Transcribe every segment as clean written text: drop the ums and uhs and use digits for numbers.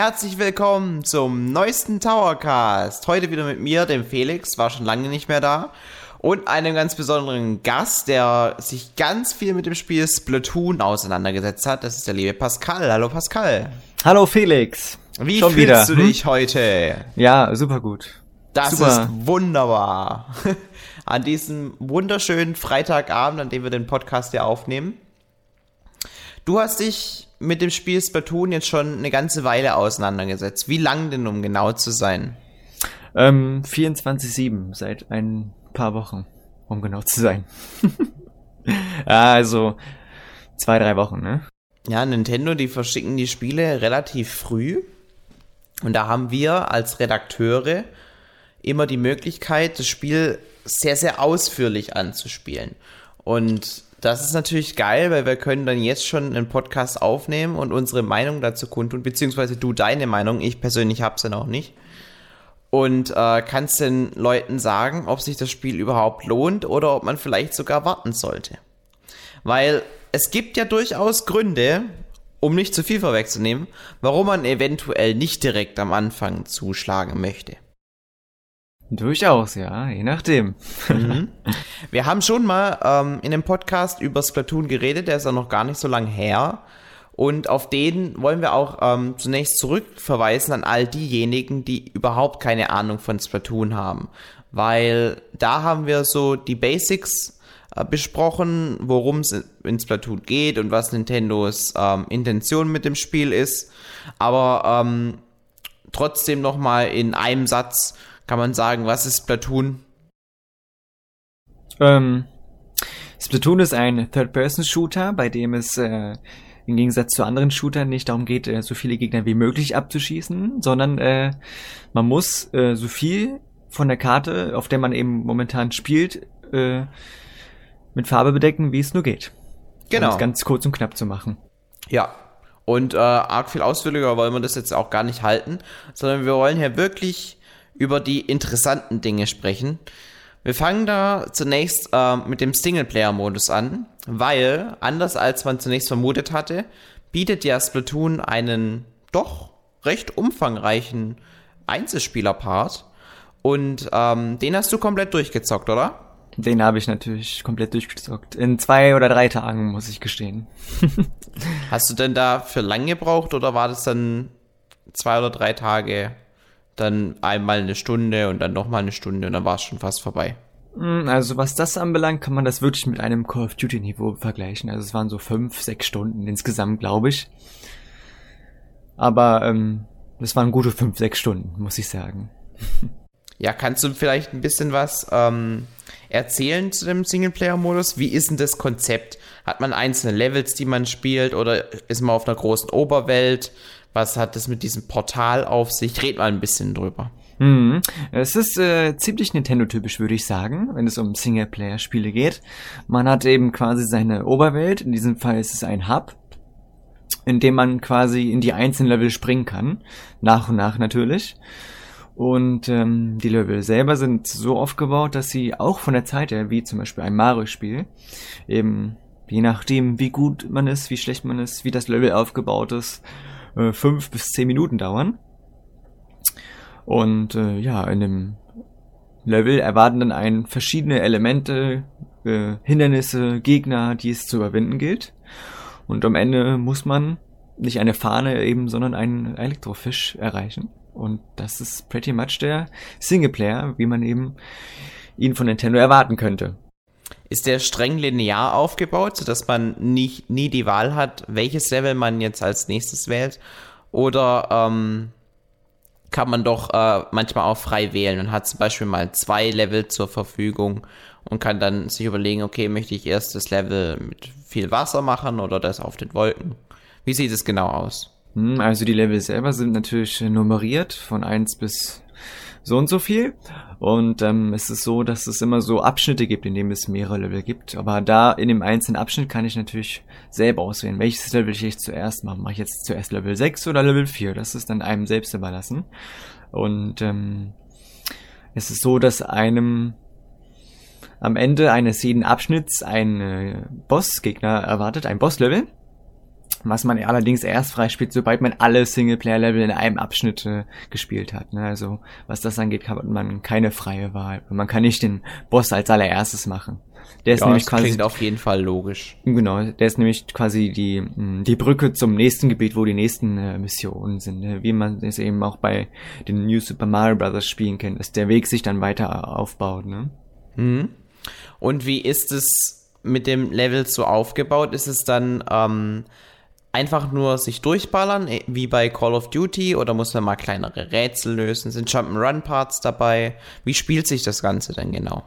Herzlich willkommen zum neuesten Towercast. Heute wieder mit mir, dem Felix, war schon lange nicht mehr da. Und einem ganz besonderen Gast, der sich ganz viel mit dem Spiel Splatoon auseinandergesetzt hat. Das ist der liebe Pascal. Hallo Pascal. Hallo Felix. Wie schon fühlst du dich heute? Ja, super gut. Das ist wunderbar. An diesem wunderschönen Freitagabend, an dem wir den Podcast hier aufnehmen. Du hast dich mit dem Spiel Splatoon jetzt schon eine ganze Weile auseinandergesetzt. Wie lang denn, um genau zu sein? 24/7, seit ein paar Wochen, um genau zu sein. Also 2-3 Wochen, ne? Ja, Nintendo, die verschicken die Spiele relativ früh. Und da haben wir als Redakteure immer die Möglichkeit, das Spiel sehr, sehr ausführlich anzuspielen. Und das ist natürlich geil, weil wir können dann jetzt schon einen Podcast aufnehmen und unsere Meinung dazu kundtun, beziehungsweise du deine Meinung, ich persönlich hab's ja noch nicht. Und kannst den Leuten sagen, ob sich das Spiel überhaupt lohnt oder ob man vielleicht sogar warten sollte. Weil es gibt ja durchaus Gründe, um nicht zu viel vorwegzunehmen, warum man eventuell nicht direkt am Anfang zuschlagen möchte. Durchaus, ja, je nachdem. Wir haben schon mal in einem Podcast über Splatoon geredet, der ist auch noch gar nicht so lang her. Und auf den wollen wir auch zunächst zurückverweisen an all diejenigen, die überhaupt keine Ahnung von Splatoon haben. Weil da haben wir so die Basics besprochen, worum es in Splatoon geht und was Nintendos Intention mit dem Spiel ist. Aber trotzdem nochmal in einem Satz kann man sagen, was ist Splatoon? Splatoon ist ein Third-Person-Shooter, bei dem es im Gegensatz zu anderen Shootern nicht darum geht, so viele Gegner wie möglich abzuschießen, sondern man muss so viel von der Karte, auf der man eben momentan spielt, mit Farbe bedecken, wie es nur geht. Genau. Um es ganz kurz und knapp zu machen. Ja, und arg viel ausführlicher wollen wir das jetzt auch gar nicht halten, sondern wir wollen hier wirklich über die interessanten Dinge sprechen. Wir fangen da zunächst mit dem Singleplayer-Modus an, weil, anders als man zunächst vermutet hatte, bietet ja Splatoon einen doch recht umfangreichen Einzelspieler-Part und den hast du komplett durchgezockt, oder? Den habe ich natürlich komplett durchgezockt. In 2 oder 3 Tagen, muss ich gestehen. Hast du denn da für lang gebraucht oder war das dann 2 oder 3 Tage, dann einmal eine Stunde und dann nochmal eine Stunde und dann war es schon fast vorbei? Also was das anbelangt, kann man das wirklich mit einem Call of Duty Niveau vergleichen. Also es waren so 5-6 Stunden insgesamt, glaube ich. Aber das waren gute 5-6 Stunden, muss ich sagen. Ja, kannst du vielleicht ein bisschen was erzählen zu dem Singleplayer-Modus? Wie ist denn das Konzept? Hat man einzelne Levels, die man spielt, oder ist man auf einer großen Oberwelt? Was hat das mit diesem Portal auf sich? Red mal ein bisschen drüber. Es ist ziemlich Nintendo-typisch, würde ich sagen, wenn es um Singleplayer-Spiele geht. Man hat eben quasi seine Oberwelt, in diesem Fall ist es ein Hub, in dem man quasi in die einzelnen Level springen kann, nach und nach natürlich. Und die Level selber sind so aufgebaut, dass sie auch von der Zeit her, wie zum Beispiel ein Mario-Spiel, eben je nachdem, wie gut man ist, wie schlecht man ist, wie das Level aufgebaut ist, 5 bis 10 Minuten dauern. Und in dem Level erwarten dann einen verschiedene Elemente, Hindernisse, Gegner, die es zu überwinden gilt. Und am Ende muss man nicht eine Fahne eben, sondern einen Elektrofisch erreichen. Und das ist pretty much der Singleplayer, wie man eben ihn von Nintendo erwarten könnte. Ist der streng linear aufgebaut, sodass man nie die Wahl hat, welches Level man jetzt als nächstes wählt? Oder kann man doch manchmal auch frei wählen und hat zum Beispiel mal 2 Level zur Verfügung und kann dann sich überlegen, okay, möchte ich erst das Level mit viel Wasser machen oder das auf den Wolken? Wie sieht es genau aus? Also die Level selber sind natürlich nummeriert von 1 bis so und so viel. Und es ist so, dass es immer so Abschnitte gibt, in denen es mehrere Level gibt. Aber da in dem einzelnen Abschnitt kann ich natürlich selber auswählen, welches Level ich jetzt zuerst mache. Mache ich jetzt zuerst Level 6 oder Level 4? Das ist dann einem selbst überlassen. Und es ist so, dass einem am Ende eines jeden Abschnitts ein Bossgegner erwartet, ein Bosslevel. Was man allerdings erst freispielt, sobald man alle Singleplayer-Level in einem Abschnitt gespielt hat. Ne? Also was das angeht, hat man keine freie Wahl. Man kann nicht den Boss als allererstes machen. Der ist nämlich das klingt auf jeden Fall logisch. Genau, der ist nämlich quasi die Brücke zum nächsten Gebiet, wo die nächsten Missionen sind. Ne? Wie man es eben auch bei den New Super Mario Bros. Spielen kennt, dass der Weg sich dann weiter aufbaut. Ne? Mhm. Und wie ist es mit dem Level so aufgebaut? Ist es dann einfach nur sich durchballern, wie bei Call of Duty, oder muss man mal kleinere Rätsel lösen? Sind Jump'n'Run-Parts dabei? Wie spielt sich das Ganze denn genau?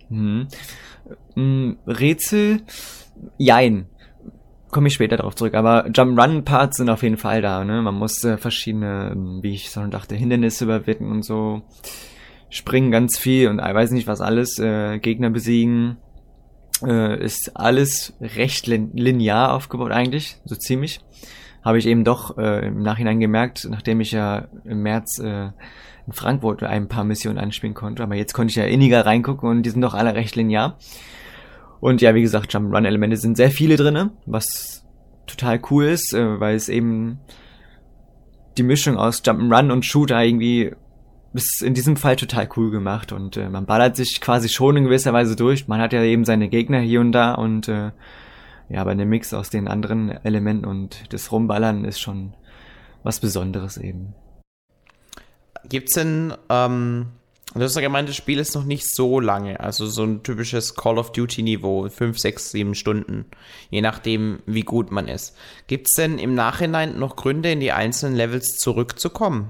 Rätsel, jein. Komme ich später darauf zurück, aber Jump'n'Run-Parts sind auf jeden Fall da, ne? Man muss verschiedene, wie ich schon dachte, Hindernisse überwinden und so. Springen ganz viel und ich weiß nicht was alles, Gegner besiegen. Ist alles recht linear aufgebaut eigentlich, so ziemlich. Habe ich eben doch im Nachhinein gemerkt, nachdem ich ja im März in Frankfurt ein paar Missionen anspielen konnte. Aber jetzt konnte ich ja inniger reingucken und die sind doch alle recht linear. Und ja, wie gesagt, Jump'n'Run-Elemente sind sehr viele drinne, was total cool ist, weil es eben die Mischung aus Jump'n'Run und Shooter irgendwie ist in diesem Fall total cool gemacht und man ballert sich quasi schon in gewisser Weise durch. Man hat ja eben seine Gegner hier und da und ja, aber der Mix aus den anderen Elementen und das Rumballern ist schon was Besonderes eben. Gibt's denn, du hast ja gemeint, das Spiel ist noch nicht so lange, also so ein typisches Call of Duty Niveau, 5, 6, 7 Stunden, je nachdem, wie gut man ist. Gibt's denn im Nachhinein noch Gründe, in die einzelnen Levels zurückzukommen?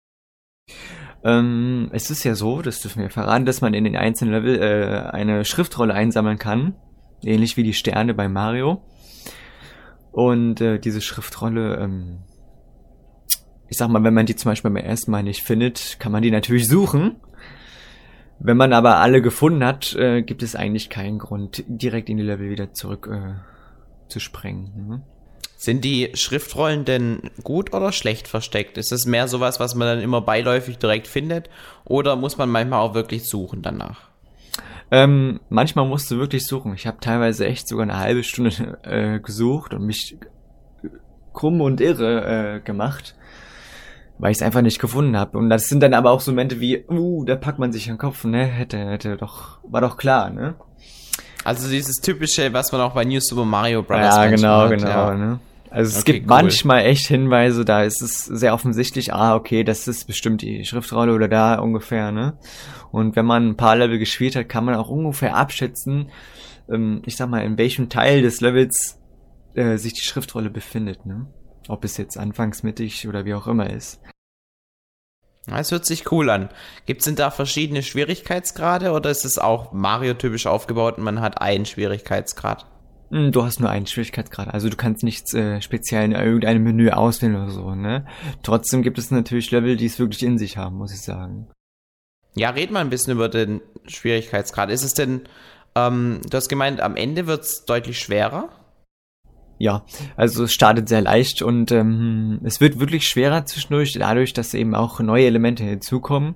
Es ist ja so, das dürfen wir verraten, dass man in den einzelnen Level eine Schriftrolle einsammeln kann, ähnlich wie die Sterne bei Mario. Und diese Schriftrolle, ich sag mal, wenn man die zum Beispiel beim ersten Mal nicht findet, kann man die natürlich suchen. Wenn man aber alle gefunden hat, gibt es eigentlich keinen Grund, direkt in die Level wieder zurück zu sprengen. Ne? Sind die Schriftrollen denn gut oder schlecht versteckt? Ist es mehr sowas, was man dann immer beiläufig direkt findet? Oder muss man manchmal auch wirklich suchen danach? Manchmal musst du wirklich suchen. Ich habe teilweise echt sogar eine halbe Stunde gesucht und mich krumm und irre gemacht, weil ich es einfach nicht gefunden habe. Und das sind dann aber auch so Momente wie, da packt man sich an den Kopf, ne? War doch klar, ne? Also dieses typische, was man auch bei New Super Mario Bros. Ja, genau, hat, ja. Ne? Also es gibt manchmal echt Hinweise, da ist es sehr offensichtlich, okay, das ist bestimmt die Schriftrolle oder da ungefähr, ne? Und wenn man ein paar Level gespielt hat, kann man auch ungefähr abschätzen, ich sag mal, in welchem Teil des Levels sich die Schriftrolle befindet, ne? Ob es jetzt anfangs, mittig oder wie auch immer ist. Das hört sich cool an. Gibt's denn da verschiedene Schwierigkeitsgrade oder ist es auch Mario-typisch aufgebaut und man hat einen Schwierigkeitsgrad? Du hast nur einen Schwierigkeitsgrad, also du kannst nichts speziell in irgendeinem Menü auswählen oder so, ne? Trotzdem gibt es natürlich Level, die es wirklich in sich haben, muss ich sagen. Ja, red mal ein bisschen über den Schwierigkeitsgrad. Ist es denn, du hast gemeint, am Ende wird's deutlich schwerer? Ja, also es startet sehr leicht und es wird wirklich schwerer zwischendurch, dadurch, dass eben auch neue Elemente hinzukommen.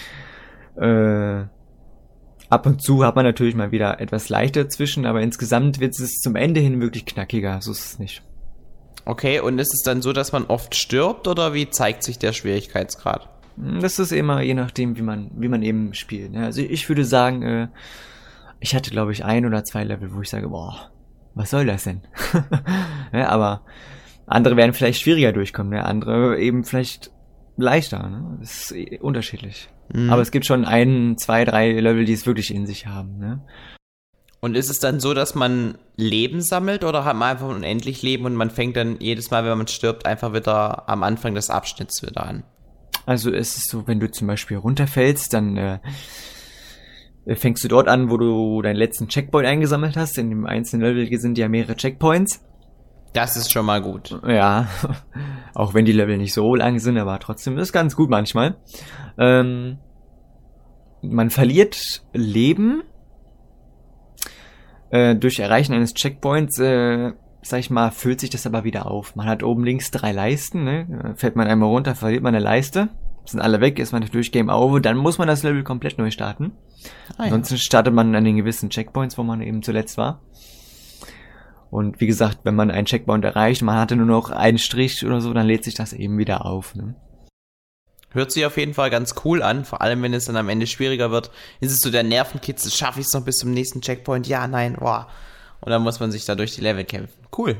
Ab und zu hat man natürlich mal wieder etwas leichter zwischen, aber insgesamt wird es zum Ende hin wirklich knackiger, so ist es nicht. Okay, und ist es dann so, dass man oft stirbt oder wie zeigt sich der Schwierigkeitsgrad? Das ist immer je nachdem, wie man eben spielt. Also ich würde sagen, ich hatte glaube ich 1 oder 2 Level, wo ich sage, boah, was soll das denn? Ja, aber andere werden vielleicht schwieriger durchkommen, ne? Andere eben vielleicht leichter. Ne? Das ist unterschiedlich. Mhm. Aber es gibt schon 1, 2, 3 Level, die es wirklich in sich haben. Ne? Und ist es dann so, dass man Leben sammelt oder hat man einfach unendlich Leben und man fängt dann jedes Mal, wenn man stirbt, einfach wieder am Anfang des Abschnitts wieder an? Also es ist so, wenn du zum Beispiel runterfällst, dann fängst du dort an, wo du deinen letzten Checkpoint eingesammelt hast. In dem einzelnen Level sind ja mehrere Checkpoints. Das ist schon mal gut. Ja, auch wenn die Level nicht so lang sind, aber trotzdem ist ganz gut manchmal. Man verliert Leben durch Erreichen eines Checkpoints, sag ich mal, füllt sich das aber wieder auf. Man hat oben links 3 Leisten, ne? Fällt man einmal runter, verliert man eine Leiste. Sind alle weg, ist man natürlich Game Over, dann muss man das Level komplett neu starten. Ansonsten startet man an den gewissen Checkpoints, wo man eben zuletzt war. Und wie gesagt, wenn man einen Checkpoint erreicht, man hatte nur noch einen Strich oder so, dann lädt sich das eben wieder auf. Ne? Hört sich auf jeden Fall ganz cool an, vor allem wenn es dann am Ende schwieriger wird. Ist es so der Nervenkitzel, schaffe ich es noch bis zum nächsten Checkpoint? Ja, nein, boah. Und dann muss man sich da durch die Level kämpfen. Cool.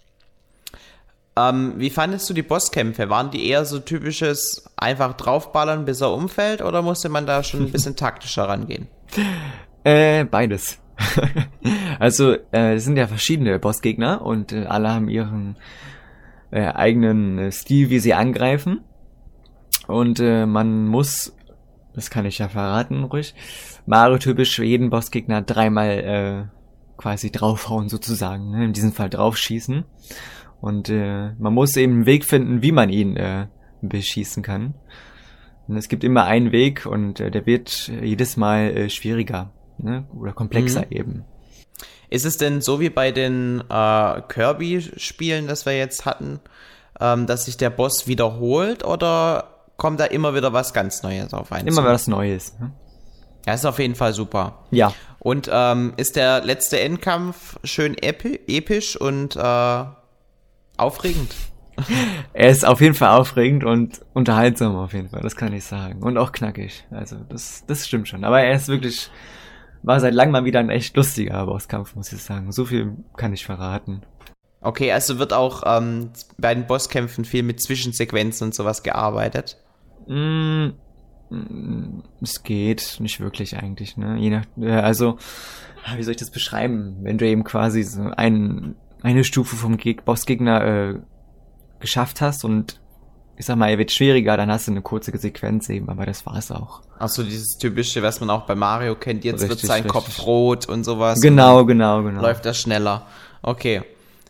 Wie fandest du die Bosskämpfe? Waren die eher so typisches einfach draufballern, bis er umfällt, oder musste man da schon ein bisschen taktischer rangehen? Beides. Also, es sind ja verschiedene Bossgegner und alle haben ihren eigenen Stil, wie sie angreifen. Und man muss, das kann ich ja verraten, ruhig, Mario-typisch jeden Bossgegner dreimal quasi draufhauen sozusagen, ne? In diesem Fall draufschießen. Und man muss eben einen Weg finden, wie man ihn beschießen kann. Und es gibt immer einen Weg und der wird jedes Mal schwieriger, ne? Oder komplexer eben. Ist es denn so wie bei den Kirby-Spielen, das wir jetzt hatten, dass sich der Boss wiederholt oder kommt da immer wieder was ganz Neues auf einen? Immer was Neues. Ne? Ja, ist auf jeden Fall super. Ja. Und ist der letzte Endkampf schön episch und aufregend? Er ist auf jeden Fall aufregend und unterhaltsam auf jeden Fall, das kann ich sagen. Und auch knackig. Also das stimmt schon. Aber er ist wirklich, war seit langem mal wieder ein echt lustiger Bosskampf, muss ich sagen. So viel kann ich verraten. Okay, also wird auch bei den Bosskämpfen viel mit Zwischensequenzen und sowas gearbeitet? Es geht nicht wirklich eigentlich, ne? Je nach, also, wie soll ich das beschreiben? Wenn du eben quasi so eine Stufe vom Bossgegner geschafft hast und ich sag mal, er wird schwieriger, dann hast du eine kurze Sequenz eben, aber das war's auch. Ach so, dieses typische, was man auch bei Mario kennt, jetzt Richtig, wird sein Kopf rot und sowas. Genau. Läuft das schneller. Okay.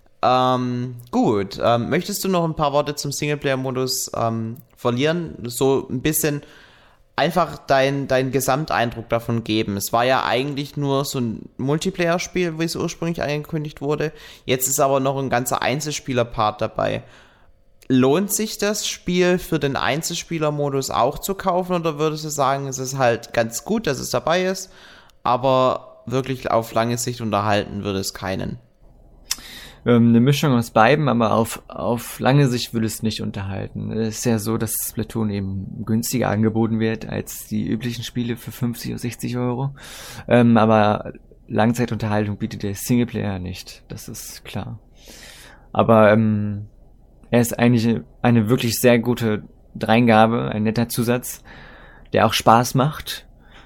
Gut. Möchtest du noch ein paar Worte zum Singleplayer-Modus verlieren? So ein bisschen einfach dein Gesamteindruck davon geben. Es war ja eigentlich nur so ein Multiplayer-Spiel, wie es ursprünglich angekündigt wurde. Jetzt ist aber noch ein ganzer Einzelspieler-Part dabei. Lohnt sich das Spiel für den Einzelspieler-Modus auch zu kaufen oder würdest du sagen, es ist halt ganz gut, dass es dabei ist, aber wirklich auf lange Sicht unterhalten würde es keinen? Eine Mischung aus beiden, aber auf lange Sicht würde es nicht unterhalten. Es ist ja so, dass Splatoon eben günstiger angeboten wird als die üblichen Spiele für 50 oder 60 Euro. Aber Langzeitunterhaltung bietet der Singleplayer nicht, das ist klar. Aber er ist eigentlich eine wirklich sehr gute Dreingabe, ein netter Zusatz, der auch Spaß macht.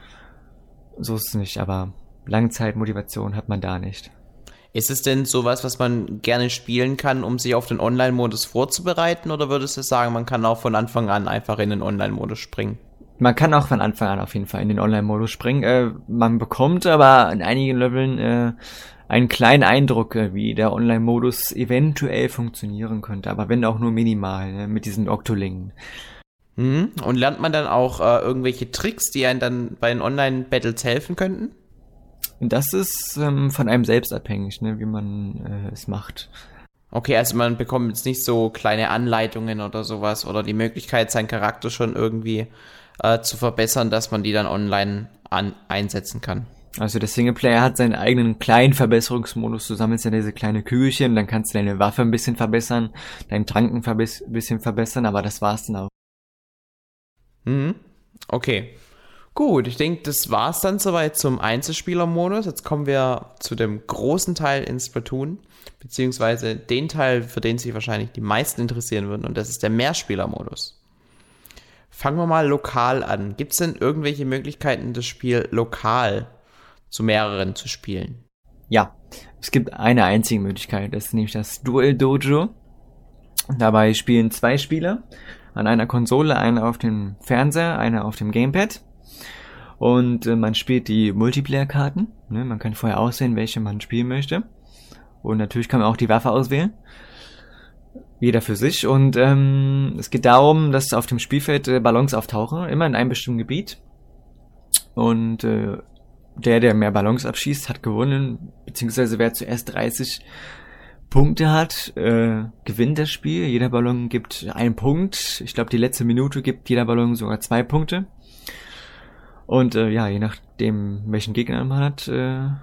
So ist es nicht, aber Langzeitmotivation hat man da nicht. Ist es denn sowas, was man gerne spielen kann, um sich auf den Online-Modus vorzubereiten? Oder würdest du sagen, man kann auch von Anfang an einfach in den Online-Modus springen? Man kann auch von Anfang an auf jeden Fall in den Online-Modus springen. Man bekommt aber in einigen Leveln einen kleinen Eindruck, wie der Online-Modus eventuell funktionieren könnte. Aber wenn auch nur minimal, ne, mit diesen Octolingen. Und lernt man dann auch irgendwelche Tricks, die einen dann bei den Online-Battles helfen könnten? Und das ist von einem selbst abhängig, ne, wie man es macht. Okay, also man bekommt jetzt nicht so kleine Anleitungen oder sowas oder die Möglichkeit, seinen Charakter schon irgendwie zu verbessern, dass man die dann online einsetzen kann. Also der Singleplayer hat seinen eigenen kleinen Verbesserungsmodus. Du sammelst ja diese kleine Kügelchen, dann kannst du deine Waffe ein bisschen verbessern, deinen Trank ein bisschen verbessern, aber das war's dann auch. Okay. Gut, ich denke, das war's dann soweit zum Einzelspieler-Modus. Jetzt kommen wir zu dem großen Teil in Splatoon, beziehungsweise den Teil, für den sich wahrscheinlich die meisten interessieren würden, und das ist der Mehrspieler-Modus. Fangen wir mal lokal an. Gibt es denn irgendwelche Möglichkeiten, das Spiel lokal zu mehreren zu spielen? Ja, es gibt eine einzige Möglichkeit, das ist nämlich das Duel Dojo. Dabei spielen 2 Spieler an einer Konsole, einer auf dem Fernseher, einer auf dem Gamepad. Und man spielt die Multiplayer-Karten. Ne? Man kann vorher auswählen, welche man spielen möchte. Und natürlich kann man auch die Waffe auswählen. Jeder für sich. Und es geht darum, dass auf dem Spielfeld Ballons auftauchen, immer in einem bestimmten Gebiet. Und der mehr Ballons abschießt, hat gewonnen. Beziehungsweise wer zuerst 30 Punkte hat, gewinnt das Spiel. Jeder Ballon gibt 1 Punkt. Ich glaube, die letzte Minute gibt jeder Ballon sogar 2 Punkte. Und je nachdem, welchen Gegner man hat,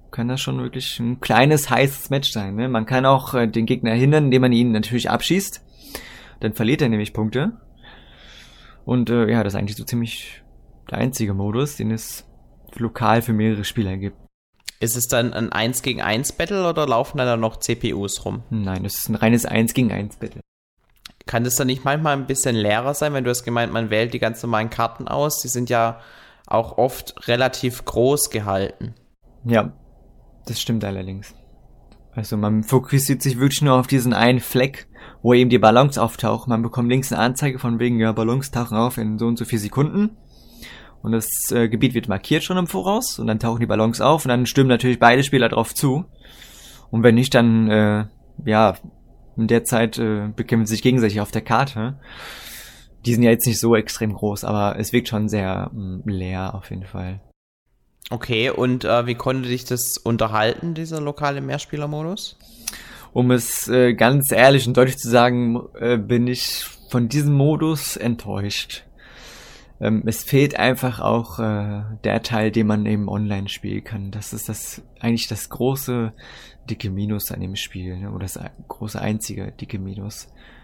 kann das schon wirklich ein kleines, heißes Match sein. Ne? Man kann auch den Gegner hindern, indem man ihn natürlich abschießt. Dann verliert er nämlich Punkte. Und das ist eigentlich so ziemlich der einzige Modus, den es lokal für mehrere Spieler gibt. Ist es dann ein 1 gegen 1 Battle oder laufen da noch CPUs rum? Nein, das ist ein reines 1 gegen 1 Battle. Kann das dann nicht manchmal ein bisschen leerer sein, wenn du hast gemeint, man wählt die ganz normalen Karten aus? Die sind ja auch oft relativ groß gehalten. Ja, das stimmt allerdings. Also man fokussiert sich wirklich nur auf diesen einen Fleck, wo eben die Ballons auftauchen. Man bekommt links eine Anzeige von wegen, ja, Ballons tauchen auf in so und so 4 Sekunden. Und das Gebiet wird markiert schon im Voraus und dann tauchen die Ballons auf und dann stürmen natürlich beide Spieler drauf zu. Und wenn nicht, dann, in der Zeit bekämpfen sie sich gegenseitig auf der Karte. Die sind ja jetzt nicht so extrem groß, aber es wirkt schon sehr leer auf jeden Fall. Okay, und wie konnte dich das unterhalten, dieser lokale Mehrspielermodus? Um es ganz ehrlich und deutlich zu sagen, bin ich von diesem Modus enttäuscht. Es fehlt einfach auch der Teil, den man eben online spielen kann. Das ist eigentlich das große, dicke Minus an dem Spiel, ne? Oder das große, einzige dicke Minus.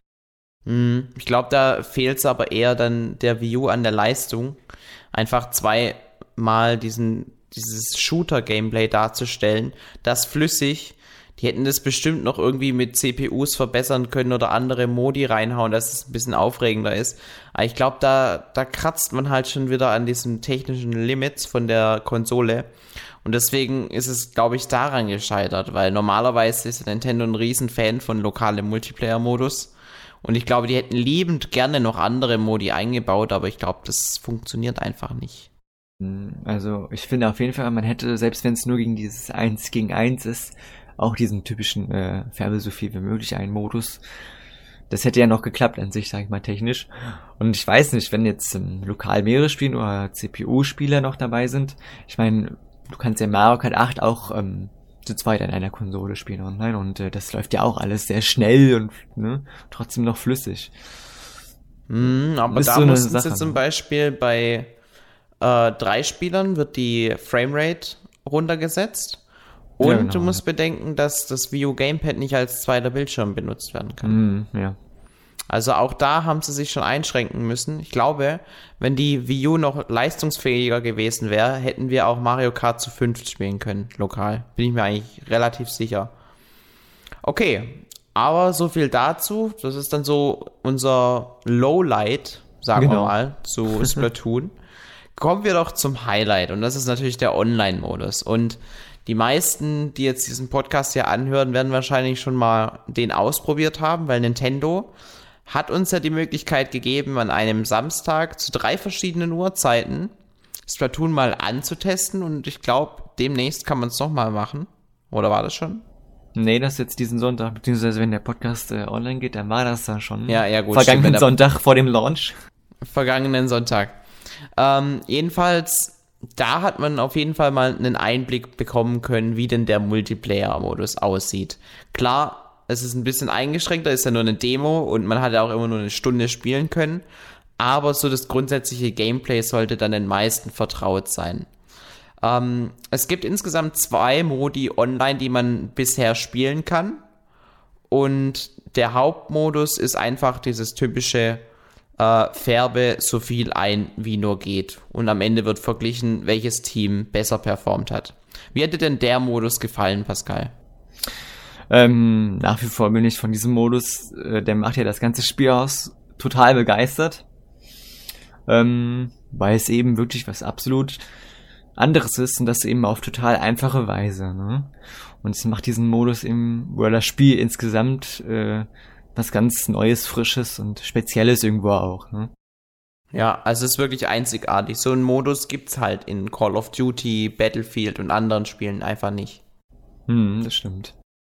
Ich glaube, da fehlt es aber eher dann der Wii U an der Leistung, einfach zweimal dieses Shooter-Gameplay darzustellen, das flüssig. Die hätten das bestimmt noch irgendwie mit CPUs verbessern können oder andere Modi reinhauen, dass es ein bisschen aufregender ist. Aber ich glaube, da kratzt man halt schon wieder an diesen technischen Limits von der Konsole. Und deswegen ist es, glaube ich, daran gescheitert, weil normalerweise ist Nintendo ein Riesenfan von lokalem Multiplayer-Modus. Und ich glaube, die hätten liebend gerne noch andere Modi eingebaut, aber ich glaube, das funktioniert einfach nicht. Also ich finde auf jeden Fall, man hätte, selbst wenn es nur gegen dieses 1 gegen 1 ist, auch diesen typischen färbe so viel wie möglich einen Modus. Das hätte ja noch geklappt an sich, sag ich mal, technisch. Und ich weiß nicht, wenn jetzt lokal mehrere spielen oder CPU-Spieler noch dabei sind. Ich meine, du kannst ja Mario Kart 8 auch zu zweit an einer Konsole spielen online und das läuft ja auch alles sehr schnell und trotzdem noch flüssig. Aber da so mussten sie zum Beispiel bei 3 Spielern wird die Framerate runtergesetzt. Und ja, genau, du musst bedenken, dass das Wii U Gamepad nicht als zweiter Bildschirm benutzt werden kann. Ja. Also auch da haben sie sich schon einschränken müssen. Ich glaube, wenn die Wii U noch leistungsfähiger gewesen wäre, hätten wir auch Mario Kart zu 5 spielen können, lokal. Bin ich mir eigentlich relativ sicher. Okay, aber so viel dazu. Das ist dann so unser Lowlight, sagen wir mal, zu Splatoon. Kommen wir doch zum Highlight und das ist natürlich der Online-Modus. Und die meisten, die jetzt diesen Podcast hier anhören, werden wahrscheinlich schon mal den ausprobiert haben, weil Nintendo hat uns ja die Möglichkeit gegeben, an einem Samstag zu 3 verschiedenen Uhrzeiten Splatoon mal anzutesten und ich glaube, demnächst kann man es nochmal machen. Oder war das schon? Nee, das ist jetzt diesen Sonntag, beziehungsweise wenn der Podcast online geht, dann war das da schon. Ja, gut. Vergangenen Sonntag vor dem Launch. Vergangenen Sonntag. Jedenfalls, da hat man auf jeden Fall mal einen Einblick bekommen können, wie denn der Multiplayer-Modus aussieht. Klar, es ist ein bisschen eingeschränkter, ist ja nur eine Demo und man hat ja auch immer nur eine Stunde spielen können, aber so das grundsätzliche Gameplay sollte dann den meisten vertraut sein. Es gibt insgesamt 2 Modi online, die man bisher spielen kann und der Hauptmodus ist einfach dieses typische färbe so viel ein, wie nur geht. Und am Ende wird verglichen, welches Team besser performt hat. Wie hat dir denn der Modus gefallen, Pascal? Nach wie vor bin ich von diesem Modus, der macht ja das ganze Spiel aus, total begeistert. Weil es eben wirklich was absolut anderes ist und das eben auf total einfache Weise. Ne? Und es macht diesen Modus eben, oder das Spiel insgesamt was ganz Neues, Frisches und Spezielles irgendwo auch. Ne? Ja, also es ist wirklich einzigartig. So einen Modus gibt's halt in Call of Duty, Battlefield und anderen Spielen einfach nicht. Das stimmt.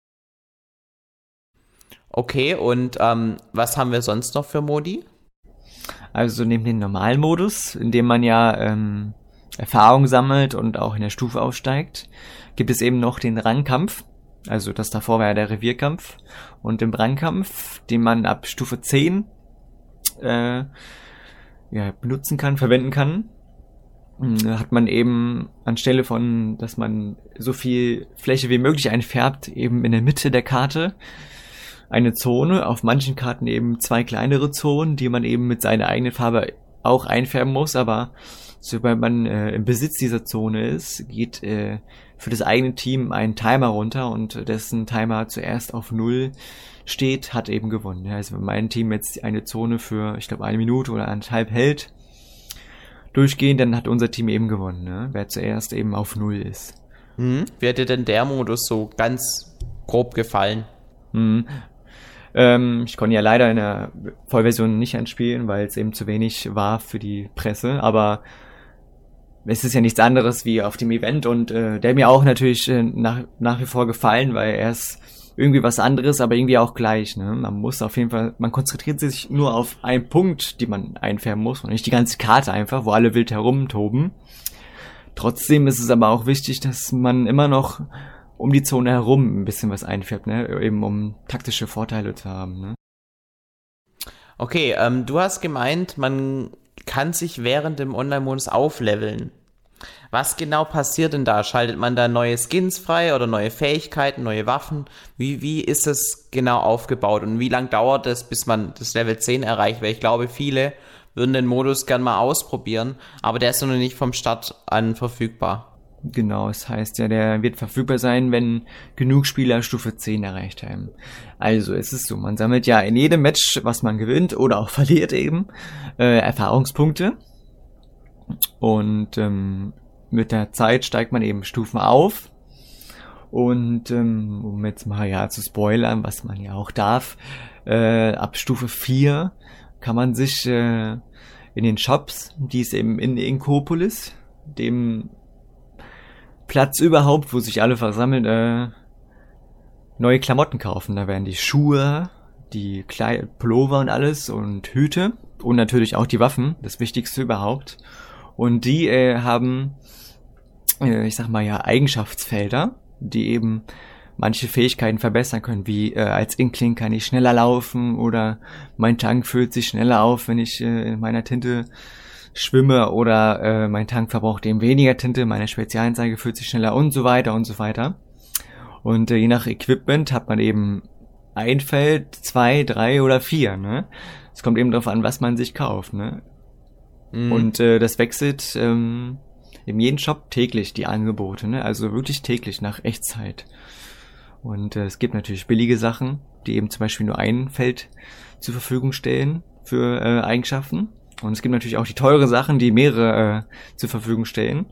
Okay, und was haben wir sonst noch für Modi? Also neben dem normalen Modus, in dem man ja Erfahrung sammelt und auch in der Stufe aufsteigt, gibt es eben noch den Rangkampf. Also das davor war ja der Revierkampf. Und im Rangkampf, den man ab Stufe 10 benutzen kann, verwenden kann, hat man eben anstelle von, dass man so viel Fläche wie möglich einfärbt, eben in der Mitte der Karte eine Zone, auf manchen Karten eben 2 kleinere Zonen, die man eben mit seiner eigenen Farbe auch einfärben muss, aber sobald man im Besitz dieser Zone ist, geht für das eigene Team ein Timer runter und dessen Timer zuerst auf 0 steht, hat eben gewonnen. Ja, also wenn mein Team jetzt eine Zone für, ich glaube, 1 Minute oder 1,5 hält, durchgehend, dann hat unser Team eben gewonnen, ne? Wer zuerst eben auf 0 ist. Wie hat dir denn der Modus so ganz grob gefallen? Ich konnte ja leider in der Vollversion nicht anspielen, weil es eben zu wenig war für die Presse, aber es ist ja nichts anderes wie auf dem Event und der mir auch natürlich nach wie vor gefallen, weil er ist irgendwie was anderes, aber irgendwie auch gleich, ne? Man muss auf jeden Fall, man konzentriert sich nur auf einen Punkt, die man einfärben muss und nicht die ganze Karte einfach, wo alle wild herumtoben. Trotzdem ist es aber auch wichtig, dass man immer noch um die Zone herum ein bisschen was einfärbt, ne? Eben um taktische Vorteile zu haben, ne? Okay, du hast gemeint, man kann sich während dem Online-Modus aufleveln. Was genau passiert denn da? Schaltet man da neue Skins frei oder neue Fähigkeiten, neue Waffen? Wie ist es genau aufgebaut und wie lang dauert es, bis man das Level 10 erreicht? Weil ich glaube, viele würden den Modus gern mal ausprobieren, aber der ist noch nicht vom Start an verfügbar. Genau, das heißt ja, der wird verfügbar sein, wenn genug Spieler Stufe 10 erreicht haben. Also es ist so, man sammelt ja in jedem Match, was man gewinnt oder auch verliert eben, Erfahrungspunkte. Und mit der Zeit steigt man eben Stufen auf. Und um jetzt mal ja zu spoilern, was man ja auch darf, ab Stufe 4 kann man sich in den Shops, die es eben in Inkopolis, dem Platz überhaupt, wo sich alle versammeln, neue Klamotten kaufen. Da werden die Schuhe, die Pullover und alles und Hüte und natürlich auch die Waffen, das Wichtigste überhaupt. Und die haben, ich sag mal ja, Eigenschaftsfelder, die eben manche Fähigkeiten verbessern können, wie als Inkling kann ich schneller laufen oder mein Tank füllt sich schneller auf, wenn ich in meiner Tinte schwimme oder mein Tank verbraucht eben weniger Tinte, meine Spezialanzeige füllt sich schneller und so weiter und so weiter. Und je nach Equipment hat man eben ein Feld, 2, 3 oder 4, ne? Es kommt eben darauf an, was man sich kauft, ne? Und das wechselt in jedem Shop täglich, die Angebote, ne? Also wirklich täglich nach Echtzeit. Und es gibt natürlich billige Sachen, die eben zum Beispiel nur ein Feld zur Verfügung stellen für Eigenschaften. Und es gibt natürlich auch die teure Sachen, die mehrere zur Verfügung stellen.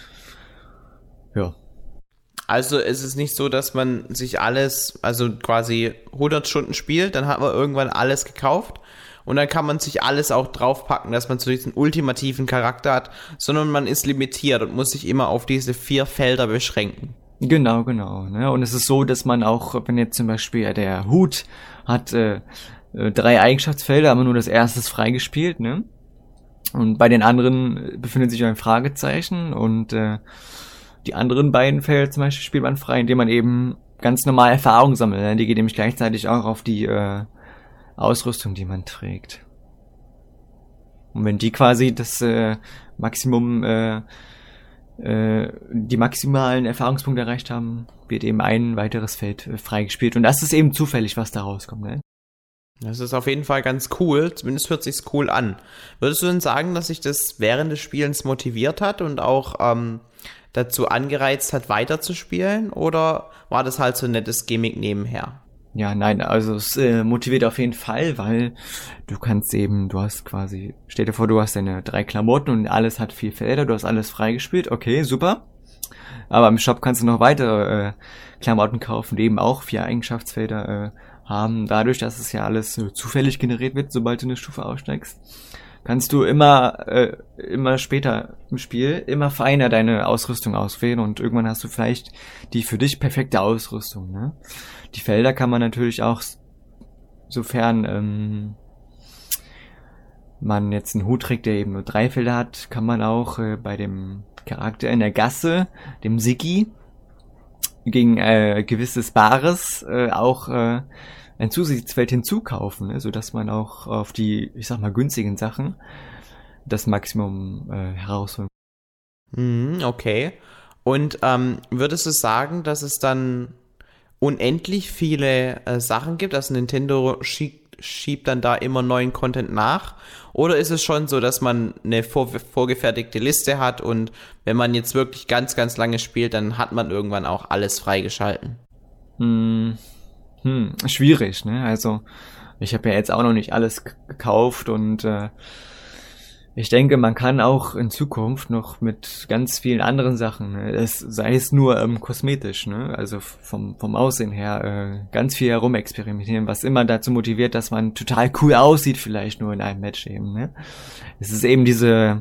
Ja. Also ist es nicht so, dass man sich alles, also quasi 100 Stunden spielt, dann hat man irgendwann alles gekauft und dann kann man sich alles auch draufpacken, dass man so diesen ultimativen Charakter hat, sondern man ist limitiert und muss sich immer auf diese 4 Felder beschränken. Genau. Ne? Und es ist so, dass man auch, wenn jetzt zum Beispiel der Hut hat 3 Eigenschaftsfelder, aber nur das erste ist freigespielt, ne? Und bei den anderen befindet sich ein Fragezeichen und die anderen beiden Felder zum Beispiel spielt man frei, indem man eben ganz normal Erfahrung sammelt. Ne? Die geht nämlich gleichzeitig auch auf die Ausrüstung, die man trägt. Und wenn die quasi das Maximum, die maximalen Erfahrungspunkte erreicht haben, wird eben ein weiteres Feld freigespielt. Und das ist eben zufällig, was da rauskommt, ne? Das ist auf jeden Fall ganz cool, zumindest hört sich's cool an. Würdest du denn sagen, dass sich das während des Spielens motiviert hat und auch dazu angereizt hat, weiterzuspielen? Oder war das halt so ein nettes Gimmick nebenher? Ja, nein, also es motiviert auf jeden Fall, weil du kannst eben, du hast quasi, stell dir vor, du hast deine 3 Klamotten und alles hat 4 Felder, du hast alles freigespielt, okay, super. Aber im Shop kannst du noch weitere Klamotten kaufen, die eben auch 4 Eigenschaftsfelder haben. Dadurch, dass es ja alles zufällig generiert wird, sobald du eine Stufe aussteigst, kannst du immer später im Spiel immer feiner deine Ausrüstung auswählen und irgendwann hast du vielleicht die für dich perfekte Ausrüstung, ne? Die Felder kann man natürlich auch, sofern man jetzt einen Hut trägt, der eben nur 3 Felder hat, kann man auch bei dem Charakter in der Gasse, dem Siggi, gegen gewisses Bares auch ein zusätzliches Feld hinzukaufen, ne, sodass man auch auf die, ich sag mal, günstigen Sachen das Maximum herausholen Okay. Und würdest du sagen, dass es dann unendlich viele Sachen gibt? Also Nintendo schiebt dann da immer neuen Content nach? Oder ist es schon so, dass man eine vorgefertigte Liste hat und wenn man jetzt wirklich ganz, ganz lange spielt, dann hat man irgendwann auch alles freigeschalten? Schwierig, ne? Also ich habe ja jetzt auch noch nicht alles gekauft und ich denke, man kann auch in Zukunft noch mit ganz vielen anderen Sachen, ne, sei es nur kosmetisch, ne, also vom Aussehen her, ganz viel herumexperimentieren, was immer dazu motiviert, dass man total cool aussieht, vielleicht nur in einem Match eben, ne. Es ist eben diese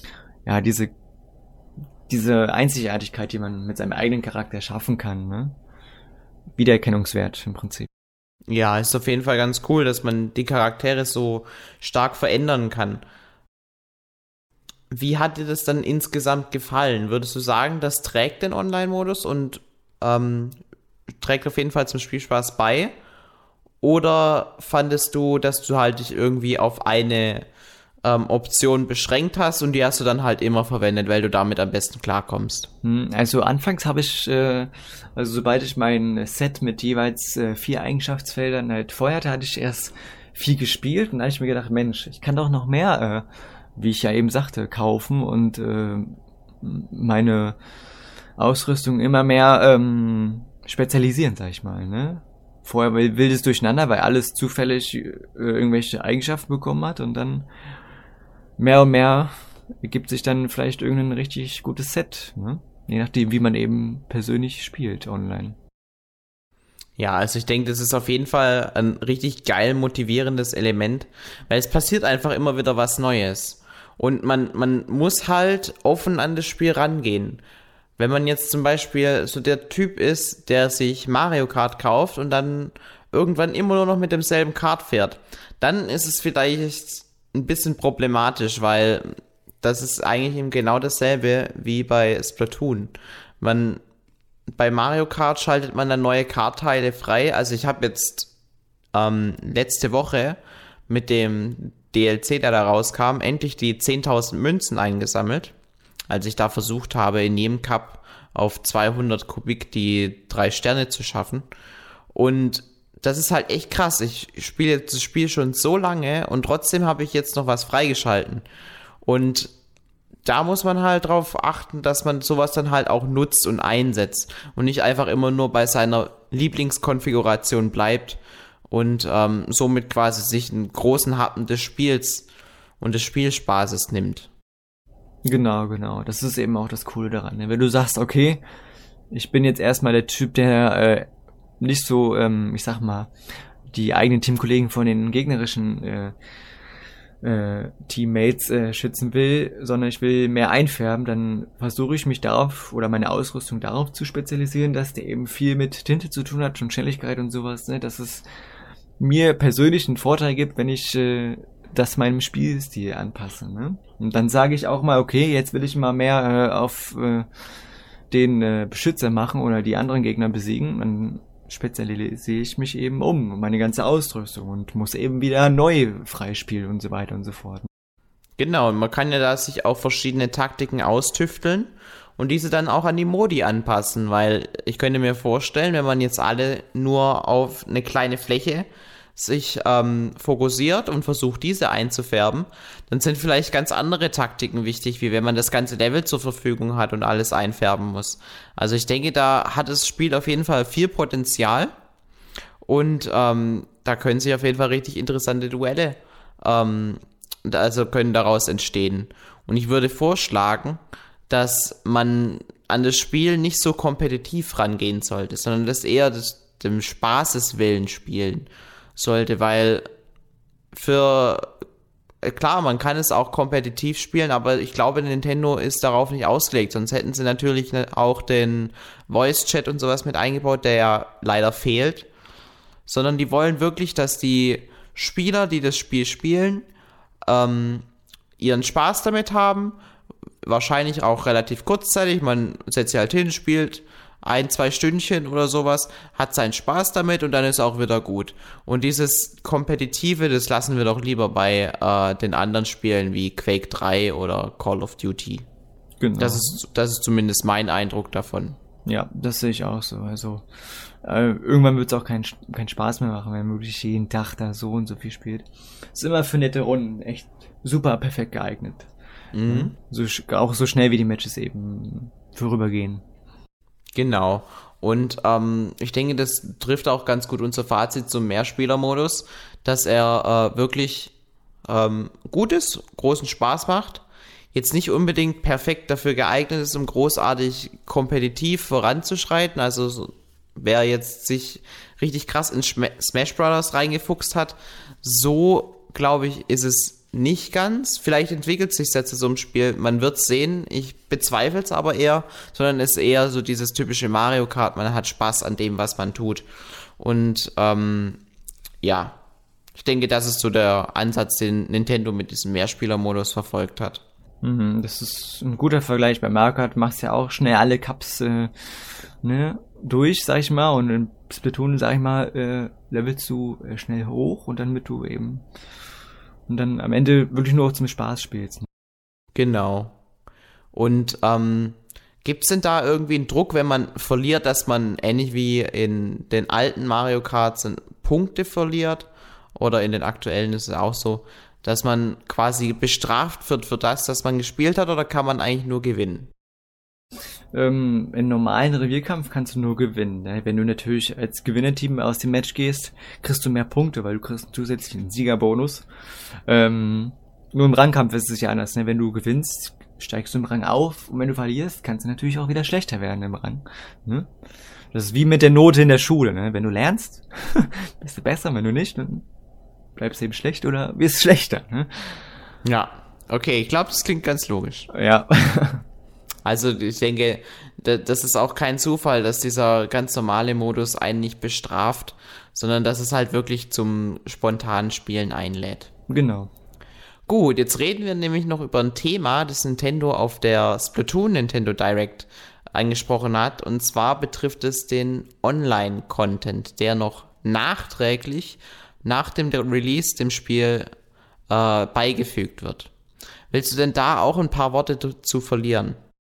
Einzigartigkeit, die man mit seinem eigenen Charakter schaffen kann, ne. Wiedererkennungswert im Prinzip. Ja, ist auf jeden Fall ganz cool, dass man die Charaktere so stark verändern kann. Wie hat dir das dann insgesamt gefallen? Würdest du sagen, das trägt den Online-Modus und trägt auf jeden Fall zum Spielspaß bei? Oder fandest du, dass du halt dich irgendwie auf eine Option beschränkt hast und die hast du dann halt immer verwendet, weil du damit am besten klarkommst? Also anfangs habe ich, also sobald ich mein Set mit jeweils 4 Eigenschaftsfeldern halt feuerte, hatte ich erst viel gespielt und da habe ich mir gedacht, Mensch, ich kann doch noch mehr wie ich ja eben sagte, kaufen und meine Ausrüstung immer mehr spezialisieren, sag ich mal, ne? Vorher wildes Durcheinander, weil alles zufällig irgendwelche Eigenschaften bekommen hat und dann mehr und mehr ergibt sich dann vielleicht irgendein richtig gutes Set, ne? Je nachdem, wie man eben persönlich spielt online. Ja, also ich denke, das ist auf jeden Fall ein richtig geil motivierendes Element, weil es passiert einfach immer wieder was Neues. Und man muss halt offen an das Spiel rangehen. Wenn man jetzt zum Beispiel so der Typ ist, der sich Mario Kart kauft und dann irgendwann immer nur noch mit demselben Kart fährt, dann ist es vielleicht ein bisschen problematisch, weil das ist eigentlich eben genau dasselbe wie bei Splatoon. Bei Mario Kart schaltet man dann neue Kartteile frei. Also ich habe jetzt letzte Woche mit dem DLC, der da rauskam, endlich die 10.000 Münzen eingesammelt, als ich da versucht habe, in jedem Cup auf 200 Kubik die 3 Sterne zu schaffen. Und das ist halt echt krass. Ich spiele das Spiel schon so lange und trotzdem habe ich jetzt noch was freigeschalten. Und da muss man halt drauf achten, dass man sowas dann halt auch nutzt und einsetzt und nicht einfach immer nur bei seiner Lieblingskonfiguration bleibt und somit quasi sich einen großen Happen des Spiels und des Spielspaßes nimmt. Genau. Das ist eben auch das Coole daran. Ne? Wenn du sagst, okay, ich bin jetzt erstmal der Typ, der nicht so, ich sag mal, die eigenen Teamkollegen von den gegnerischen Teammates schützen will, sondern ich will mehr einfärben, dann versuche ich mich darauf oder meine Ausrüstung darauf zu spezialisieren, dass der eben viel mit Tinte zu tun hat und Schnelligkeit und sowas, ne? Dass es mir persönlich einen Vorteil gibt, wenn ich das meinem Spielstil anpasse, ne? Und dann sage ich auch mal, okay, jetzt will ich mal mehr auf den Beschützer machen oder die anderen Gegner besiegen. Dann spezialisiere ich mich eben um meine ganze Ausrüstung und muss eben wieder neu freispielen und so weiter und so fort. Genau, und man kann ja da sich auch verschiedene Taktiken austüfteln und diese dann auch an die Modi anpassen, weil ich könnte mir vorstellen, wenn man jetzt alle nur auf eine kleine Fläche sich fokussiert und versucht, diese einzufärben, dann sind vielleicht ganz andere Taktiken wichtig, wie wenn man das ganze Level zur Verfügung hat und alles einfärben muss. Also ich denke, da hat das Spiel auf jeden Fall viel Potenzial und da können sich auf jeden Fall richtig interessante Duelle also können daraus entstehen. Und ich würde vorschlagen, dass man an das Spiel nicht so kompetitiv rangehen sollte, sondern das eher dem Spaßeswillen spielen sollte, weil klar, man kann es auch kompetitiv spielen, aber ich glaube, Nintendo ist darauf nicht ausgelegt, sonst hätten sie natürlich auch den Voice-Chat und sowas mit eingebaut, der ja leider fehlt, sondern die wollen wirklich, dass die Spieler, die das Spiel spielen, ihren Spaß damit haben, wahrscheinlich auch relativ kurzzeitig, man setzt sich halt hin, spielt 1-2 Stündchen oder sowas, hat seinen Spaß damit und dann ist auch wieder gut. Und dieses Kompetitive, das lassen wir doch lieber bei den anderen Spielen wie Quake 3 oder Call of Duty. Genau. Das ist zumindest mein Eindruck davon. Ja, das sehe ich auch so. Also irgendwann wird es auch keinen Spaß mehr machen, wenn man wirklich jeden Tag da so und so viel spielt. Ist immer für nette Runden echt super perfekt geeignet. Mhm. Auch so schnell wie die Matches eben vorübergehen. Genau. Und ich denke, das trifft auch ganz gut unser Fazit zum Mehrspielermodus, dass er wirklich gut ist, großen Spaß macht, jetzt nicht unbedingt perfekt dafür geeignet ist, um großartig kompetitiv voranzuschreiten. Also wer jetzt sich richtig krass in Smash Brothers reingefuchst hat, so glaube ich, ist es nicht ganz. Vielleicht entwickelt sich jetzt so ein Spiel, man wird sehen. Ich bezweifle es aber eher, sondern es ist eher so dieses typische Mario Kart, man hat Spaß an dem, was man tut. Und ja, ich denke, das ist so der Ansatz, den Nintendo mit diesem Mehrspielermodus verfolgt hat. Das ist ein guter Vergleich. Bei Mario Kart machst du ja auch schnell alle Cups durch, sag ich mal, und in Splatoon, sag ich mal, levelst du schnell hoch und damit du eben und dann am Ende wirklich nur zum Spaß spielst. Genau. Und gibt es denn da irgendwie einen Druck, wenn man verliert, dass man ähnlich wie in den alten Mario Karts Punkte verliert? Oder in den aktuellen ist es auch so, dass man quasi bestraft wird für das, dass man gespielt hat, oder kann man eigentlich nur gewinnen? Im normalen Revierkampf kannst du nur gewinnen. Ne? Wenn du natürlich als Gewinnerteam aus dem Match gehst, kriegst du mehr Punkte, weil du kriegst einen zusätzlichen Siegerbonus. Nur im Rangkampf ist es ja anders. Ne? Wenn du gewinnst, steigst du im Rang auf, und wenn du verlierst, kannst du natürlich auch wieder schlechter werden im Rang. Ne? Das ist wie mit der Note in der Schule. Ne? Wenn du lernst, bist du besser. Wenn du nicht, dann bleibst du eben schlecht oder wirst schlechter. Ne? Ja, okay, ich glaube, das klingt ganz logisch. Ja. Also ich denke, das ist auch kein Zufall, dass dieser ganz normale Modus einen nicht bestraft, sondern dass es halt wirklich zum spontanen Spielen einlädt. Genau. Gut, jetzt reden wir nämlich noch über ein Thema, das Nintendo auf der Splatoon Nintendo Direct angesprochen hat. Und zwar betrifft es den Online-Content, der noch nachträglich nach dem Release dem Spiel beigefügt wird. Willst du denn da auch ein paar Worte zu verlieren?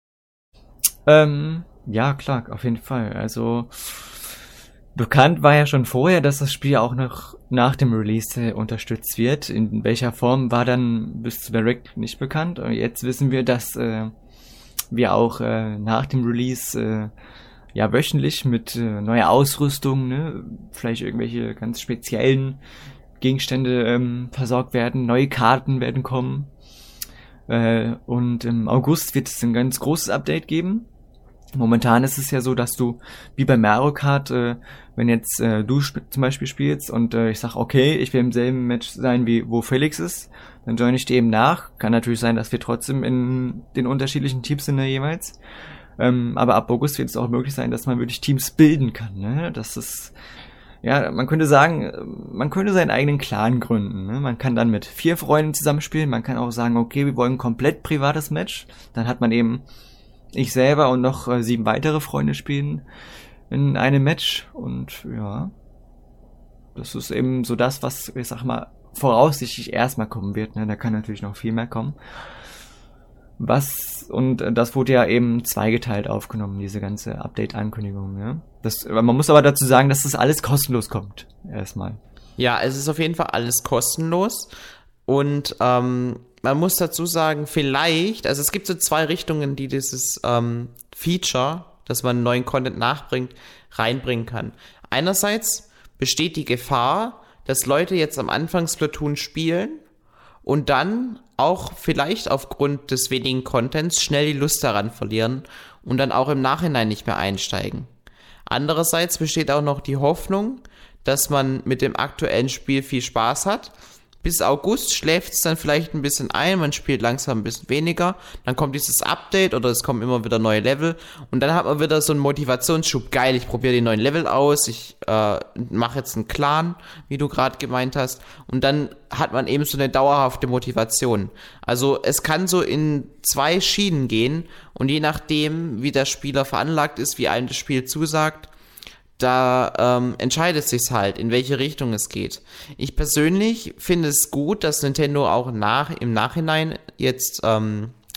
Ja, klar, auf jeden Fall. Also bekannt war ja schon vorher, dass das Spiel auch noch nach dem Release unterstützt wird. In welcher Form war dann bis zu Direct nicht bekannt. Und jetzt wissen wir, dass wir auch nach dem Release ja wöchentlich mit neuer Ausrüstung, ne, vielleicht irgendwelche ganz speziellen Gegenstände versorgt werden, neue Karten werden kommen. Und im August wird es ein ganz großes Update geben. Momentan ist es ja so, dass du, wie bei Mario Kart, wenn jetzt du zum Beispiel spielst und ich sag, okay, ich will im selben Match sein, wie wo Felix ist, dann join ich dir eben nach. Kann natürlich sein, dass wir trotzdem in den unterschiedlichen Teams sind jeweils. Aber ab August wird es auch möglich sein, dass man wirklich Teams bilden kann. Ne? Das ist, ja, man könnte sagen, man könnte seinen eigenen Clan gründen. Ne? Man kann dann mit 4 Freunden zusammenspielen. Man kann auch sagen, okay, wir wollen ein komplett privates Match. Dann hat man eben ich selber und noch 7 weitere Freunde spielen in einem Match. Und ja, das ist eben so das, was, ich sag mal, voraussichtlich erstmal kommen wird. Ne? Da kann natürlich noch viel mehr kommen. Und das wurde ja eben zweigeteilt aufgenommen, diese ganze Update-Ankündigung. Ja? Man muss aber dazu sagen, dass das alles kostenlos kommt, erstmal. Ja, es ist auf jeden Fall alles kostenlos. Und man muss dazu sagen, vielleicht, also es gibt so 2 Richtungen, die dieses Feature, dass man neuen Content nachbringt, reinbringen kann. Einerseits besteht die Gefahr, dass Leute jetzt am Anfang Splatoon spielen und dann auch vielleicht aufgrund des wenigen Contents schnell die Lust daran verlieren und dann auch im Nachhinein nicht mehr einsteigen. Andererseits besteht auch noch die Hoffnung, dass man mit dem aktuellen Spiel viel Spaß hat. Bis August schläft es dann vielleicht ein bisschen ein, man spielt langsam ein bisschen weniger, dann kommt dieses Update oder es kommen immer wieder neue Level und dann hat man wieder so einen Motivationsschub, geil, ich probiere die neuen Level aus, ich mache jetzt einen Clan, wie du gerade gemeint hast, und dann hat man eben so eine dauerhafte Motivation. Also es kann so in 2 Schienen gehen und je nachdem, wie der Spieler veranlagt ist, wie einem das Spiel zusagt, da entscheidet sich's halt, in welche Richtung es geht. Ich persönlich finde es gut, dass Nintendo auch im Nachhinein jetzt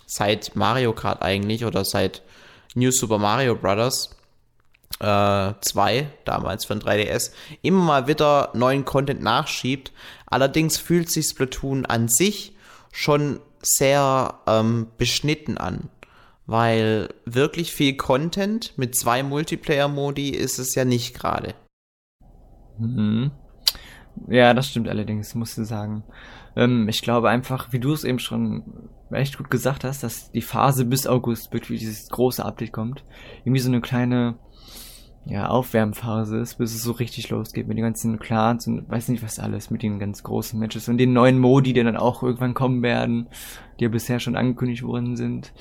seit Mario Kart eigentlich oder seit New Super Mario Bros. 2, damals von 3DS, immer mal wieder neuen Content nachschiebt. Allerdings fühlt sich Splatoon an sich schon sehr beschnitten an, weil wirklich viel Content mit 2 Multiplayer-Modi ist es ja nicht gerade. Mhm. Ja, das stimmt allerdings, musst du sagen. Ich glaube einfach, wie du es eben schon echt gut gesagt hast, dass die Phase bis August wirklich dieses große Update kommt. Irgendwie so eine kleine Aufwärmphase ist, bis es so richtig losgeht mit den ganzen Clans und weiß nicht was alles, mit den ganz großen Matches und den neuen Modi, die dann auch irgendwann kommen werden, die ja bisher schon angekündigt worden sind.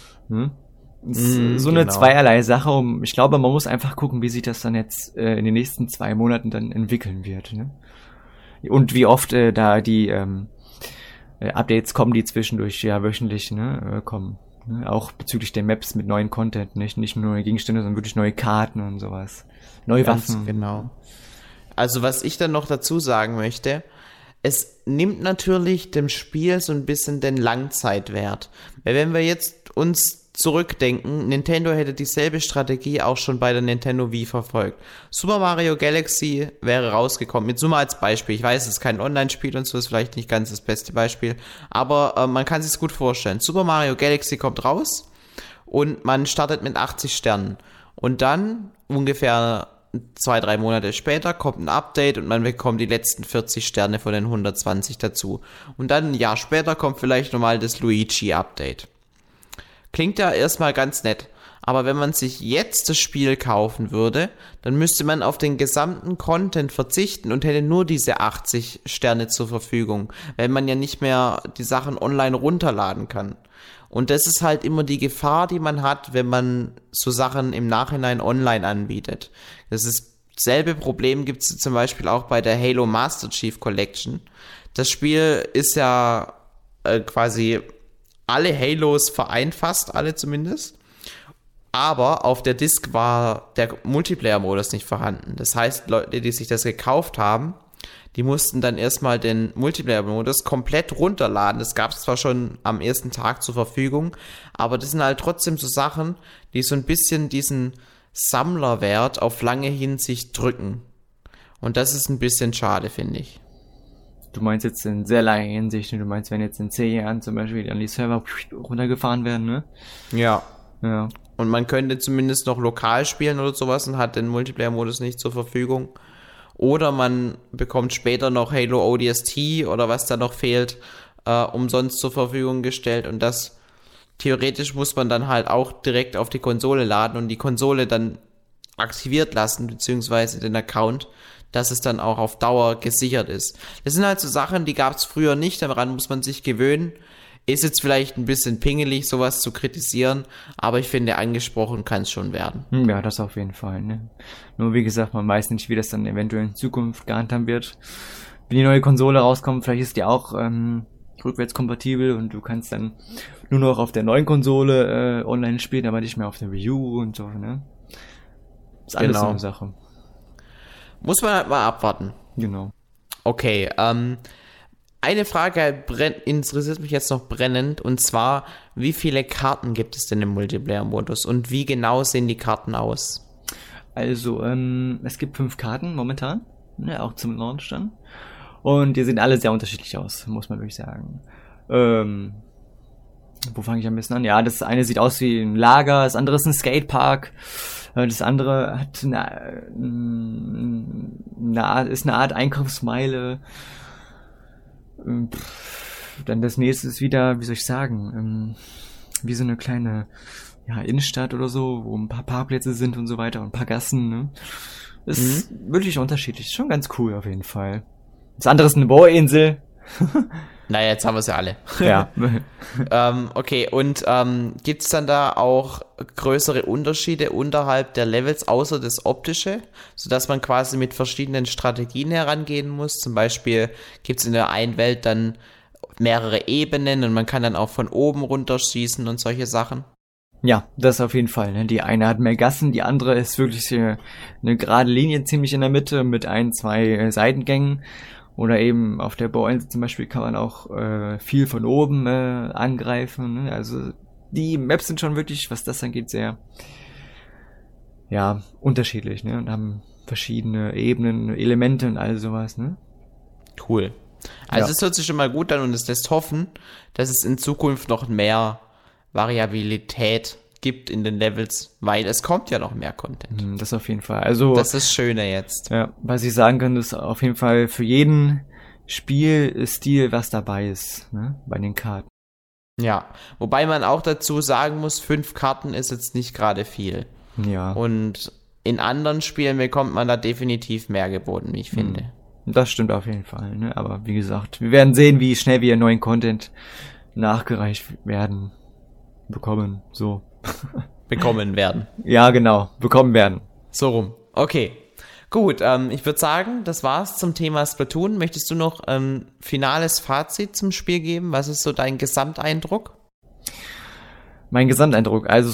So eine zweierlei Sache. Ich glaube, man muss einfach gucken, wie sich das dann jetzt in den nächsten 2 Monaten dann entwickeln wird. Ne? Und wie oft da die Updates kommen, die zwischendurch wöchentlich kommen. Auch bezüglich der Maps mit neuen Content, nicht nur neue Gegenstände, sondern wirklich neue Karten und sowas. Neue Waffen. Genau. Also was ich dann noch dazu sagen möchte, es nimmt natürlich dem Spiel so ein bisschen den Langzeitwert. Weil wenn wir jetzt uns zurückdenken, Nintendo hätte dieselbe Strategie auch schon bei der Nintendo Wii verfolgt. Super Mario Galaxy wäre rausgekommen, jetzt nur mal als Beispiel. Ich weiß, es ist kein Online-Spiel und so, ist vielleicht nicht ganz das beste Beispiel, aber man kann sich es gut vorstellen. Super Mario Galaxy kommt raus und man startet mit 80 Sternen. Und dann, ungefähr 2-3 Monate später, kommt ein Update und man bekommt die letzten 40 Sterne von den 120 dazu. Und dann ein Jahr später kommt vielleicht nochmal das Luigi-Update. Klingt ja erstmal ganz nett, aber wenn man sich jetzt das Spiel kaufen würde, dann müsste man auf den gesamten Content verzichten und hätte nur diese 80 Sterne zur Verfügung, weil man ja nicht mehr die Sachen online runterladen kann. Und das ist halt immer die Gefahr, die man hat, wenn man so Sachen im Nachhinein online anbietet. Dasselbe Problem gibt es zum Beispiel auch bei der Halo Master Chief Collection. Das Spiel ist ja quasi alle Halos vereint, fast alle zumindest. Aber auf der Disc war der Multiplayer-Modus nicht vorhanden. Das heißt, Leute, die sich das gekauft haben, die mussten dann erstmal den Multiplayer-Modus komplett runterladen. Das gab es zwar schon am ersten Tag zur Verfügung, aber das sind halt trotzdem so Sachen, die so ein bisschen diesen Sammlerwert auf lange Hinsicht drücken. Und das ist ein bisschen schade, finde ich. Du meinst jetzt in sehr langer Hinsicht, du meinst, wenn jetzt in 10 Jahren zum Beispiel an die Server runtergefahren werden, ne? Ja. Und man könnte zumindest noch lokal spielen oder sowas und hat den Multiplayer-Modus nicht zur Verfügung. Oder man bekommt später noch Halo ODST oder was da noch fehlt, umsonst zur Verfügung gestellt. Und das theoretisch muss man dann halt auch direkt auf die Konsole laden und die Konsole dann aktiviert lassen, beziehungsweise den Account, dass es dann auch auf Dauer gesichert ist. Das sind halt so Sachen, die gab es früher nicht, daran muss man sich gewöhnen. Ist jetzt vielleicht ein bisschen pingelig, sowas zu kritisieren, aber ich finde, angesprochen kann es schon werden. Ja, das auf jeden Fall. Ne? Nur wie gesagt, man weiß nicht, wie das dann eventuell in Zukunft gehandhabt wird. Wenn die neue Konsole rauskommt, vielleicht ist die auch rückwärtskompatibel und du kannst dann nur noch auf der neuen Konsole online spielen, aber nicht mehr auf der Wii U und so. Ne? Ist alles so eine Sache. Muss man halt mal abwarten. Genau. Okay, eine Frage interessiert mich jetzt noch brennend, und zwar, wie viele Karten gibt es denn im Multiplayer-Modus und wie genau sehen die Karten aus? Also, es gibt 5 Karten momentan, ne, auch zum Launch dann. Und die sehen alle sehr unterschiedlich aus, muss man wirklich sagen. Wo fange ich am besten an? Ja, das eine sieht aus wie ein Lager, das andere ist ein Skatepark. Das andere hat ist eine Art Einkaufsmeile. Dann das nächste ist wieder, wie soll ich sagen, wie so eine kleine Innenstadt oder so, wo ein paar Parkplätze sind und so weiter und ein paar Gassen. Ne? Ist wirklich unterschiedlich. Ist schon ganz cool auf jeden Fall. Das andere ist eine Bohrinsel. Naja, jetzt haben wir es ja alle. Ja. Okay, und gibt es dann da auch größere Unterschiede unterhalb der Levels, außer das Optische, sodass man quasi mit verschiedenen Strategien herangehen muss? Zum Beispiel gibt es in der einen Welt dann mehrere Ebenen und man kann dann auch von oben runterschießen und solche Sachen. Ja, das auf jeden Fall. Ne? Die eine hat mehr Gassen, die andere ist wirklich eine gerade Linie ziemlich in der Mitte mit 1-2 Seitengängen. Oder eben auf der Bowinsel zum Beispiel kann man auch viel von oben angreifen. Ne? Also die Maps sind schon wirklich, was das angeht, sehr unterschiedlich, ne? Und haben verschiedene Ebenen, Elemente und all sowas, ne? Cool. Also es hört sich schon mal gut an und es lässt hoffen, dass es in Zukunft noch mehr Variabilität gibt in den Levels, weil es kommt ja noch mehr Content. Das auf jeden Fall. Also das ist schöner jetzt. Ja, was ich sagen kann, ist auf jeden Fall für jeden Spielstil was dabei ist, ne? Bei den Karten. Ja, wobei man auch dazu sagen muss, 5 Karten ist jetzt nicht gerade viel. Ja. Und in anderen Spielen bekommt man da definitiv mehr geboten, wie ich finde. Das stimmt auf jeden Fall, ne? Aber wie gesagt, wir werden sehen, wie schnell wir neuen Content nachgereicht bekommen werden. Ja, genau, bekommen werden. So rum. Okay. Gut, ich würde sagen, das war's zum Thema Splatoon. Möchtest du noch ein finales Fazit zum Spiel geben? Was ist so dein Gesamteindruck? Mein Gesamteindruck, also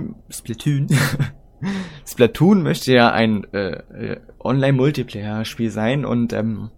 Splatoon möchte ja ein Online-Multiplayer-Spiel sein und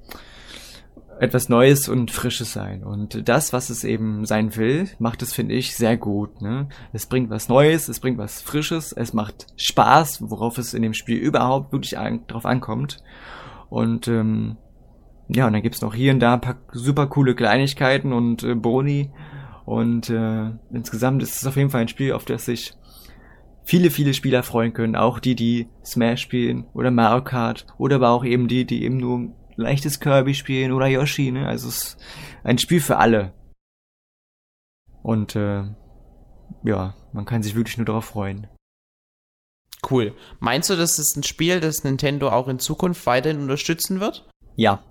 etwas Neues und Frisches sein. Und das, was es eben sein will, macht es, finde ich, sehr gut. Ne? Es bringt was Neues, es bringt was Frisches, es macht Spaß, worauf es in dem Spiel überhaupt wirklich drauf ankommt. Und und dann gibt's noch hier und da ein paar super coole Kleinigkeiten und Boni. Und insgesamt ist es auf jeden Fall ein Spiel, auf das sich viele Spieler freuen können. Auch die Smash spielen oder Mario Kart oder aber auch eben die eben nur leichtes Kirby spielen oder Yoshi, ne? Also es ist ein Spiel für alle. Und man kann sich wirklich nur darauf freuen. Cool. Meinst du, das ist ein Spiel, das Nintendo auch in Zukunft weiterhin unterstützen wird? Ja.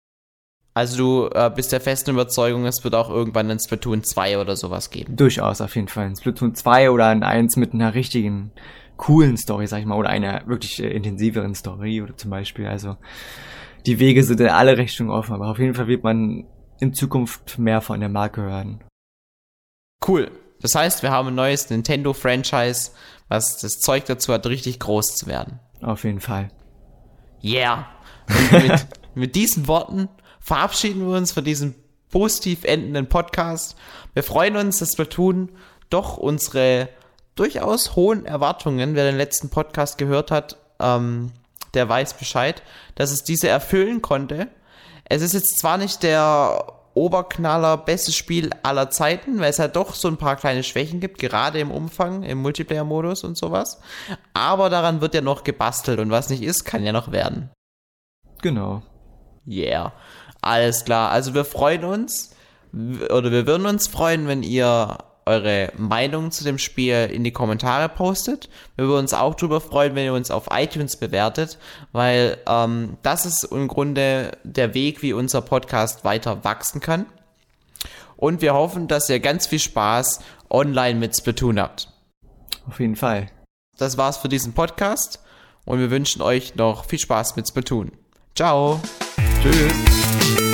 Also du bist der festen Überzeugung, es wird auch irgendwann ein Splatoon 2 oder sowas geben? Durchaus, auf jeden Fall. Ein Splatoon 2 oder ein 1 mit einer richtigen, coolen Story, sag ich mal, oder einer wirklich intensiveren Story oder zum Beispiel, also die Wege sind in alle Richtungen offen, aber auf jeden Fall wird man in Zukunft mehr von der Marke hören. Cool. Das heißt, wir haben ein neues Nintendo-Franchise, was das Zeug dazu hat, richtig groß zu werden. Auf jeden Fall. Yeah. Und mit diesen Worten verabschieden wir uns von diesem positiv endenden Podcast. Wir freuen uns, dass Splatoon doch unsere durchaus hohen Erwartungen, wer den letzten Podcast gehört hat, der weiß Bescheid, dass es diese erfüllen konnte. Es ist jetzt zwar nicht der Oberknaller bestes Spiel aller Zeiten, weil es halt doch so ein paar kleine Schwächen gibt, gerade im Umfang, im Multiplayer-Modus und sowas. Aber daran wird ja noch gebastelt und was nicht ist, kann ja noch werden. Genau. Yeah. Alles klar. Also wir freuen uns, oder wir würden uns freuen, wenn ihr eure Meinung zu dem Spiel in die Kommentare postet. Wir würden uns auch darüber freuen, wenn ihr uns auf iTunes bewertet, weil das ist im Grunde der Weg, wie unser Podcast weiter wachsen kann. Und wir hoffen, dass ihr ganz viel Spaß online mit Splatoon habt. Auf jeden Fall. Das war's für diesen Podcast und wir wünschen euch noch viel Spaß mit Splatoon. Ciao. Tschüss.